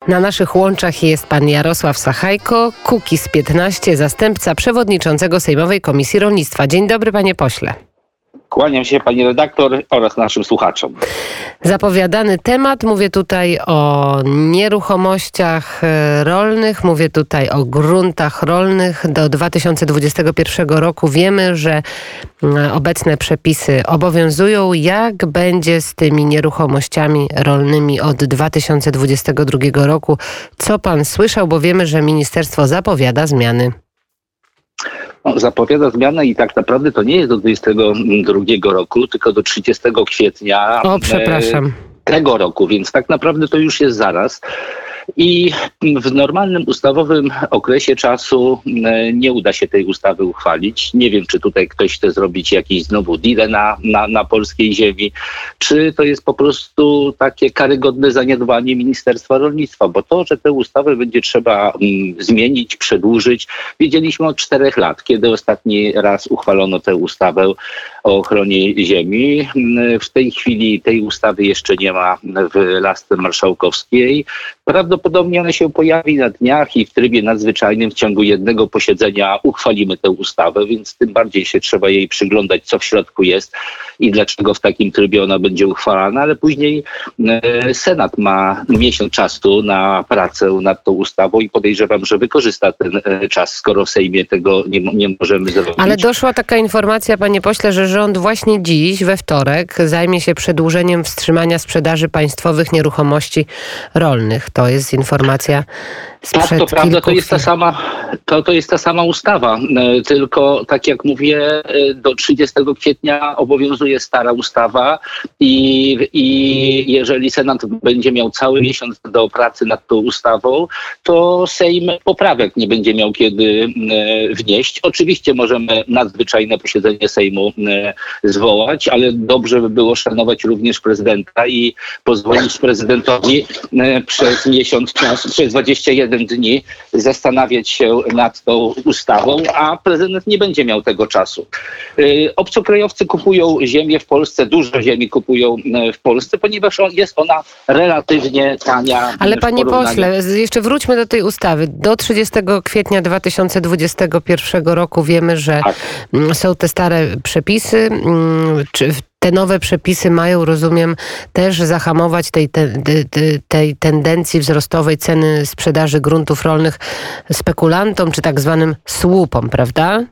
Na naszych łączach jest pan Jarosław Sachajko, Kukiz 15, zastępca przewodniczącego Sejmowej Komisji Rolnictwa. Dzień dobry, panie pośle. Kłaniam się pani redaktor oraz naszym słuchaczom. Zapowiadany temat, mówię tutaj o nieruchomościach rolnych, mówię tutaj o gruntach rolnych. Do 2021 roku wiemy, że obecne przepisy obowiązują. Jak będzie z tymi nieruchomościami rolnymi od 2022 roku? Co pan słyszał, bo wiemy, że ministerstwo zapowiada zmiany. Zapowiada zmianę i tak naprawdę to nie jest do 2022 roku, tylko do 30 kwietnia tego roku, więc tak naprawdę to już jest zaraz. I w normalnym ustawowym okresie czasu nie uda się tej ustawy uchwalić. Nie wiem, czy tutaj ktoś chce zrobić jakiś znowu deal na polskiej ziemi, czy to jest po prostu takie karygodne zaniedbanie Ministerstwa Rolnictwa, bo to, że tę ustawę będzie trzeba zmienić, przedłużyć, wiedzieliśmy od 4 lat, kiedy ostatni raz uchwalono tę ustawę o ochronie ziemi. W tej chwili tej ustawy jeszcze nie ma w lasce marszałkowskiej. Prawdopodobnie ona się pojawi na dniach i w trybie nadzwyczajnym w ciągu jednego posiedzenia uchwalimy tę ustawę, więc tym bardziej się trzeba jej przyglądać, co w środku jest i dlaczego w takim trybie ona będzie uchwalana, ale później Senat ma miesiąc czasu na pracę nad tą ustawą i podejrzewam, że wykorzysta ten czas, skoro w Sejmie tego nie możemy zrobić. Ale doszła taka informacja, panie pośle, że rząd właśnie dziś, we wtorek, zajmie się przedłużeniem wstrzymania sprzedaży państwowych nieruchomości rolnych. To jest informacja sprzed Tak, to prawda, to jest ta sama ustawa, tylko tak jak mówię, do 30 kwietnia obowiązuje stara ustawa i jeżeli Senat będzie miał cały miesiąc do pracy nad tą ustawą, to Sejm poprawek nie będzie miał kiedy wnieść. Oczywiście możemy nadzwyczajne posiedzenie Sejmu zwołać, ale dobrze by było szanować również prezydenta i pozwolić prezydentowi przez miesiąc czasu, przez 21 dni zastanawiać się nad tą ustawą, a prezydent nie będzie miał tego czasu. Obcokrajowcy kupują ziemię w Polsce, dużo ziemi kupują w Polsce, ponieważ jest ona relatywnie tania. Ale panie pośle, jeszcze wróćmy do tej ustawy. Do 30 kwietnia 2021 roku wiemy, że są te stare przepisy. Te nowe przepisy mają, rozumiem, też zahamować tej tendencji wzrostowej ceny sprzedaży gruntów rolnych spekulantom, czy tak zwanym słupom, prawda?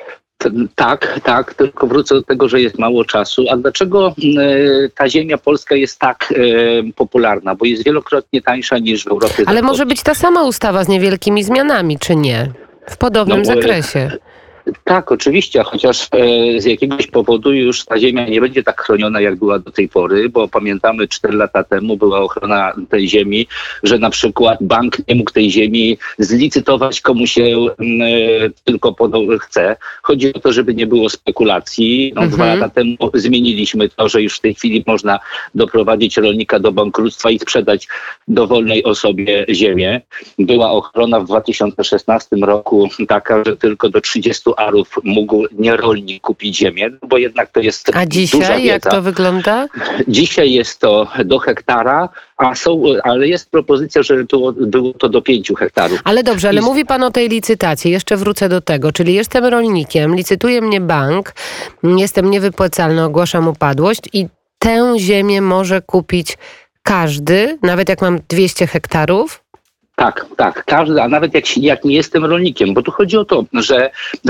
Tak, tylko wrócę do tego, że jest mało czasu. A dlaczego ta ziemia polska jest tak popularna? Bo jest wielokrotnie tańsza niż w Europie Zachodniej. Ale może być ta sama ustawa z niewielkimi zmianami, czy nie? W podobnym zakresie. Tak, oczywiście, chociaż z jakiegoś powodu już ta ziemia nie będzie tak chroniona, jak była do tej pory, bo pamiętamy 4 lata temu była ochrona tej ziemi, że na przykład bank nie mógł tej ziemi zlicytować komu się tylko chce. Chodzi o to, żeby nie było spekulacji. 2 lata temu zmieniliśmy to, że już w tej chwili można doprowadzić rolnika do bankructwa i sprzedać dowolnej osobie ziemię. Była ochrona w 2016 roku taka, że tylko do 30 arów mógł nierolnik kupić ziemię, bo jednak to jest A dzisiaj jak to wygląda? Dzisiaj jest to do hektara, ale jest propozycja, żeby było to do 5 hektarów. Ale dobrze, ale mówi pan o tej licytacji. Jeszcze wrócę do tego. Czyli jestem rolnikiem, licytuje mnie bank, jestem niewypłacalny, ogłaszam upadłość i tę ziemię może kupić każdy, nawet jak mam 200 hektarów? Tak, każdy, a nawet jak nie jestem rolnikiem, bo tu chodzi o to, że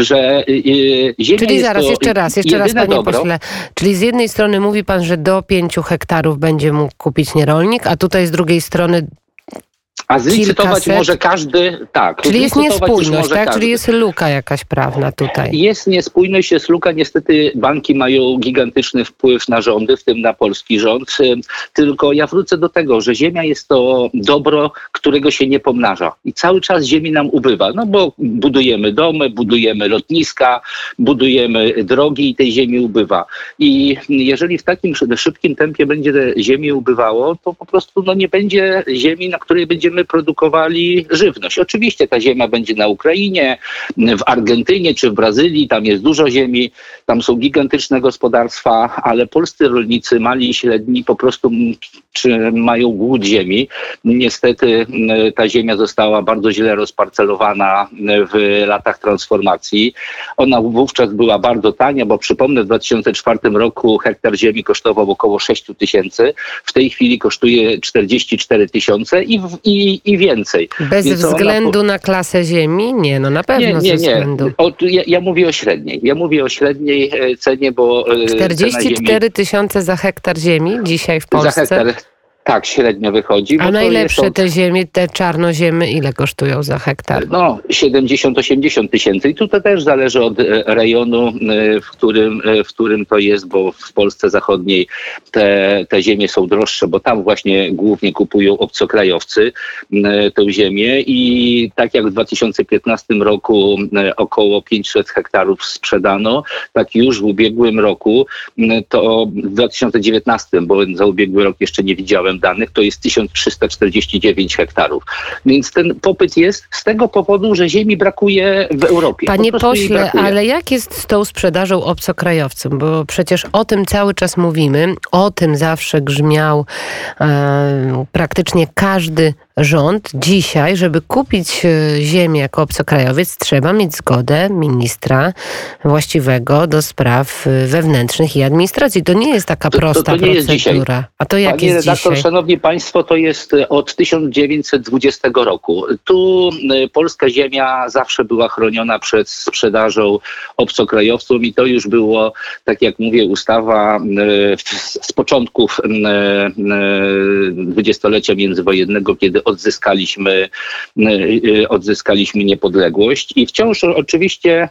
ziemia Czyli jest zaraz, to jeszcze raz, panie dobro. pośle. Czyli z jednej strony mówi pan, że do 5 hektarów będzie mógł kupić nierolnik, a tutaj z drugiej strony a zlicytować może każdy, tak. Czyli jest niespójność, tak? Każdy. Czyli jest luka jakaś prawna tutaj. Jest niespójność, jest luka. Niestety banki mają gigantyczny wpływ na rządy, w tym na polski rząd. Tylko ja wrócę do tego, że ziemia jest to dobro, którego się nie pomnaża. I cały czas ziemi nam ubywa. No bo budujemy domy, budujemy lotniska, budujemy drogi i tej ziemi ubywa. I jeżeli w takim szybkim tempie będzie ziemi ubywało, to po prostu nie będzie ziemi, na której będziemy będziemy produkowali żywność. Oczywiście ta ziemia będzie na Ukrainie, w Argentynie czy w Brazylii, tam jest dużo ziemi, tam są gigantyczne gospodarstwa, ale polscy rolnicy, mali i średni, po prostu mają głód ziemi. Niestety ta ziemia została bardzo źle rozparcelowana w latach transformacji. Ona wówczas była bardzo tania, bo przypomnę, w 2004 roku hektar ziemi kosztował około 6 000. W tej chwili kosztuje 44 000 i więcej. Bez względu na klasę ziemi? Nie, no na pewno nie. Względu. Ja mówię o średniej. Ja mówię o średniej cenie, bo 44 000 za hektar ziemi dzisiaj w Polsce? Za hektar. Tak, średnio wychodzi. A najlepsze te ziemie, te czarnoziemy, ile kosztują za hektar? 70-80 tysięcy. I tutaj też zależy od rejonu, w którym to jest, bo w Polsce zachodniej te ziemie są droższe, bo tam właśnie głównie kupują obcokrajowcy tę ziemię i tak jak w 2015 roku około 500 hektarów sprzedano, tak już w ubiegłym roku, to w 2019, bo za ubiegły rok jeszcze nie widziałem danych, to jest 1349 hektarów. Więc ten popyt jest z tego powodu, że ziemi brakuje w Europie. Panie pośle, ale jak jest z tą sprzedażą obcokrajowcom? Bo przecież o tym cały czas mówimy, o tym zawsze grzmiał praktycznie każdy rząd. Dzisiaj, żeby kupić ziemię jako obcokrajowiec, trzeba mieć zgodę ministra właściwego do spraw wewnętrznych i administracji. To nie jest taka prosta procedura. A to jak jest dzisiaj? Szanowni Państwo, to jest od 1920 roku. Tu polska ziemia zawsze była chroniona przed sprzedażą obcokrajowcom i to już było, tak jak mówię, ustawa z początków dwudziestolecia międzywojennego, kiedy odzyskaliśmy niepodległość i wciąż oczywiście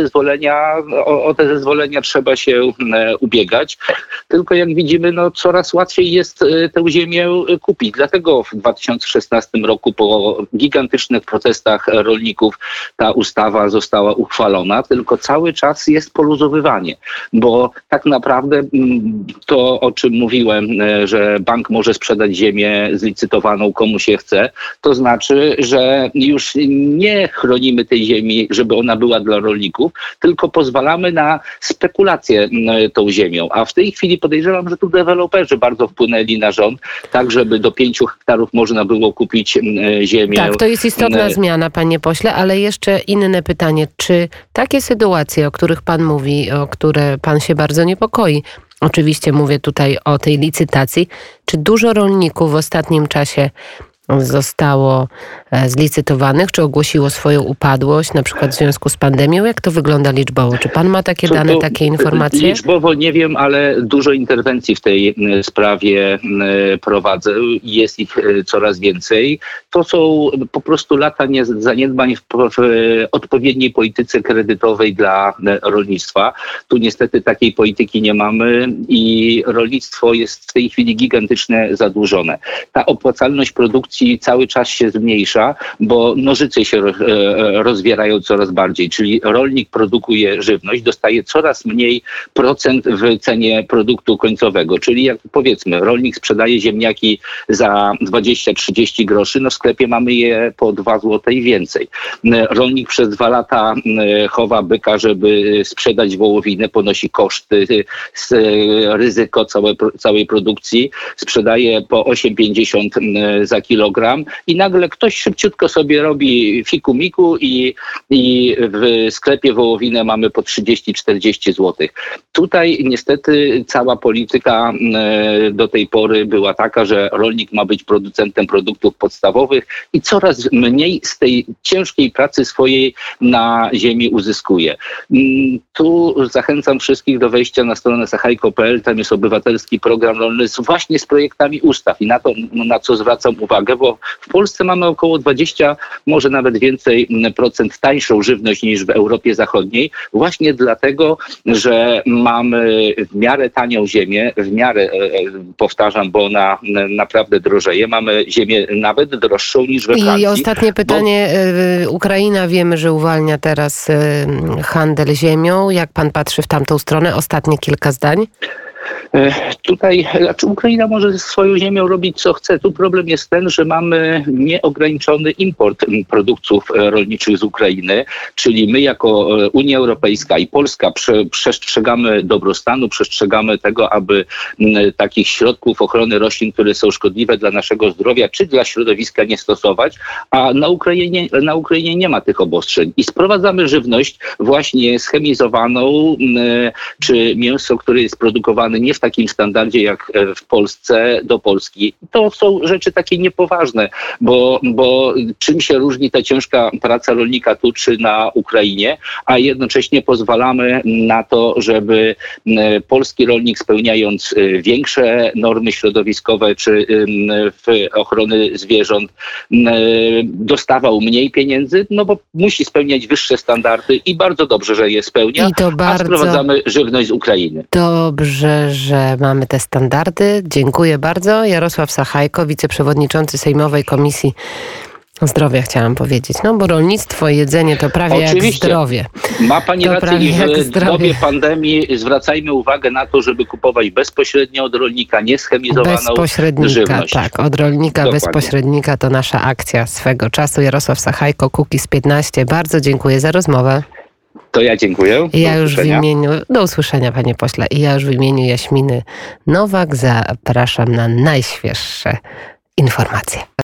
o te zezwolenia trzeba się ubiegać, tylko jak widzimy, coraz łatwiej jest tę ziemię kupić. Dlatego w 2016 roku po gigantycznych protestach rolników ta ustawa została uchwalona, tylko cały czas jest poluzowywanie, bo tak naprawdę to, o czym mówiłem, że bank może sprzedać ziemię zlicytowaną komu się chce, to znaczy, że już nie chronimy tej ziemi, żeby ona była dla rolników, tylko pozwalamy na spekulację tą ziemią. A w tej chwili podejrzewam, że tu deweloperzy bardzo wpłynęli na rząd, tak żeby do 5 hektarów można było kupić ziemię. Tak, to jest istotna zmiana, panie pośle, ale jeszcze inne pytanie. Czy takie sytuacje, o których pan mówi, o które pan się bardzo niepokoi, oczywiście mówię tutaj o tej licytacji, czy dużo rolników w ostatnim czasie zostało zlicytowanych, czy ogłosiło swoją upadłość, na przykład w związku z pandemią? Jak to wygląda liczbowo? Czy pan ma takie dane, takie informacje? Liczbowo nie wiem, ale dużo interwencji w tej sprawie prowadzę. Jest ich coraz więcej. To są po prostu lata zaniedbań w odpowiedniej polityce kredytowej dla rolnictwa. Tu niestety takiej polityki nie mamy i rolnictwo jest w tej chwili gigantycznie zadłużone. Ta opłacalność produkcji cały czas się zmniejsza, bo nożyce się rozwierają coraz bardziej, czyli rolnik produkuje żywność, dostaje coraz mniej procent w cenie produktu końcowego, czyli jak powiedzmy rolnik sprzedaje ziemniaki za 20-30 groszy, w sklepie mamy je po 2 zł i więcej. Rolnik przez 2 lata chowa byka, żeby sprzedać wołowinę, ponosi koszty, ryzyko całej produkcji, sprzedaje po 8,50 za kilogram i nagle ktoś szybciutko sobie robi fiku-miku i w sklepie wołowinę mamy po 30-40 zł. Tutaj niestety cała polityka do tej pory była taka, że rolnik ma być producentem produktów podstawowych i coraz mniej z tej ciężkiej pracy swojej na ziemi uzyskuje. Tu zachęcam wszystkich do wejścia na stronę sachajko.pl, tam jest obywatelski program rolny właśnie z projektami ustaw i na co zwracam uwagę, bo w Polsce mamy około 20, może nawet więcej procent tańszą żywność niż w Europie Zachodniej, właśnie dlatego, że mamy w miarę tanią ziemię, w miarę, powtarzam, bo ona naprawdę drożeje, mamy ziemię nawet droższą niż we Francji. I ostatnie pytanie, Ukraina wiemy, że uwalnia teraz handel ziemią. Jak pan patrzy w tamtą stronę? Ostatnie kilka zdań. Tutaj, Ukraina może ze swoją ziemią robić co chce. Tu problem jest ten, że mamy nieograniczony import produktów rolniczych z Ukrainy, czyli my jako Unia Europejska i Polska przestrzegamy dobrostanu, przestrzegamy tego, aby takich środków ochrony roślin, które są szkodliwe dla naszego zdrowia czy dla środowiska, nie stosować, a na Ukrainie nie ma tych obostrzeń. I sprowadzamy żywność właśnie schemizowaną, czy mięso, które jest produkowane nie w takim standardzie jak w Polsce, do Polski. To są rzeczy takie niepoważne, bo czym się różni ta ciężka praca rolnika tu czy na Ukrainie, a jednocześnie pozwalamy na to, żeby polski rolnik, spełniając większe normy środowiskowe czy ochrony zwierząt, dostawał mniej pieniędzy, no bo musi spełniać wyższe standardy i bardzo dobrze, że je spełnia, a sprowadzamy żywność z Ukrainy. Dobrze, że mamy te standardy. Dziękuję bardzo. Jarosław Sachajko, wiceprzewodniczący Sejmowej Komisji Zdrowia, chciałam powiedzieć. No bo rolnictwo i jedzenie to prawie Oczywiście. Jak zdrowie. Ma pani rację, że w dobie pandemii zwracajmy uwagę na to, żeby kupować bezpośrednio od rolnika, nieschemizowaną żywność. Tak, od rolnika Dokładnie. Bezpośrednika to nasza akcja swego czasu. Jarosław Sachajko, Kukiz15. Bardzo dziękuję za rozmowę. To ja dziękuję. Do usłyszenia, panie pośle. I ja już w imieniu Jaśminy Nowak zapraszam na najświeższe informacje.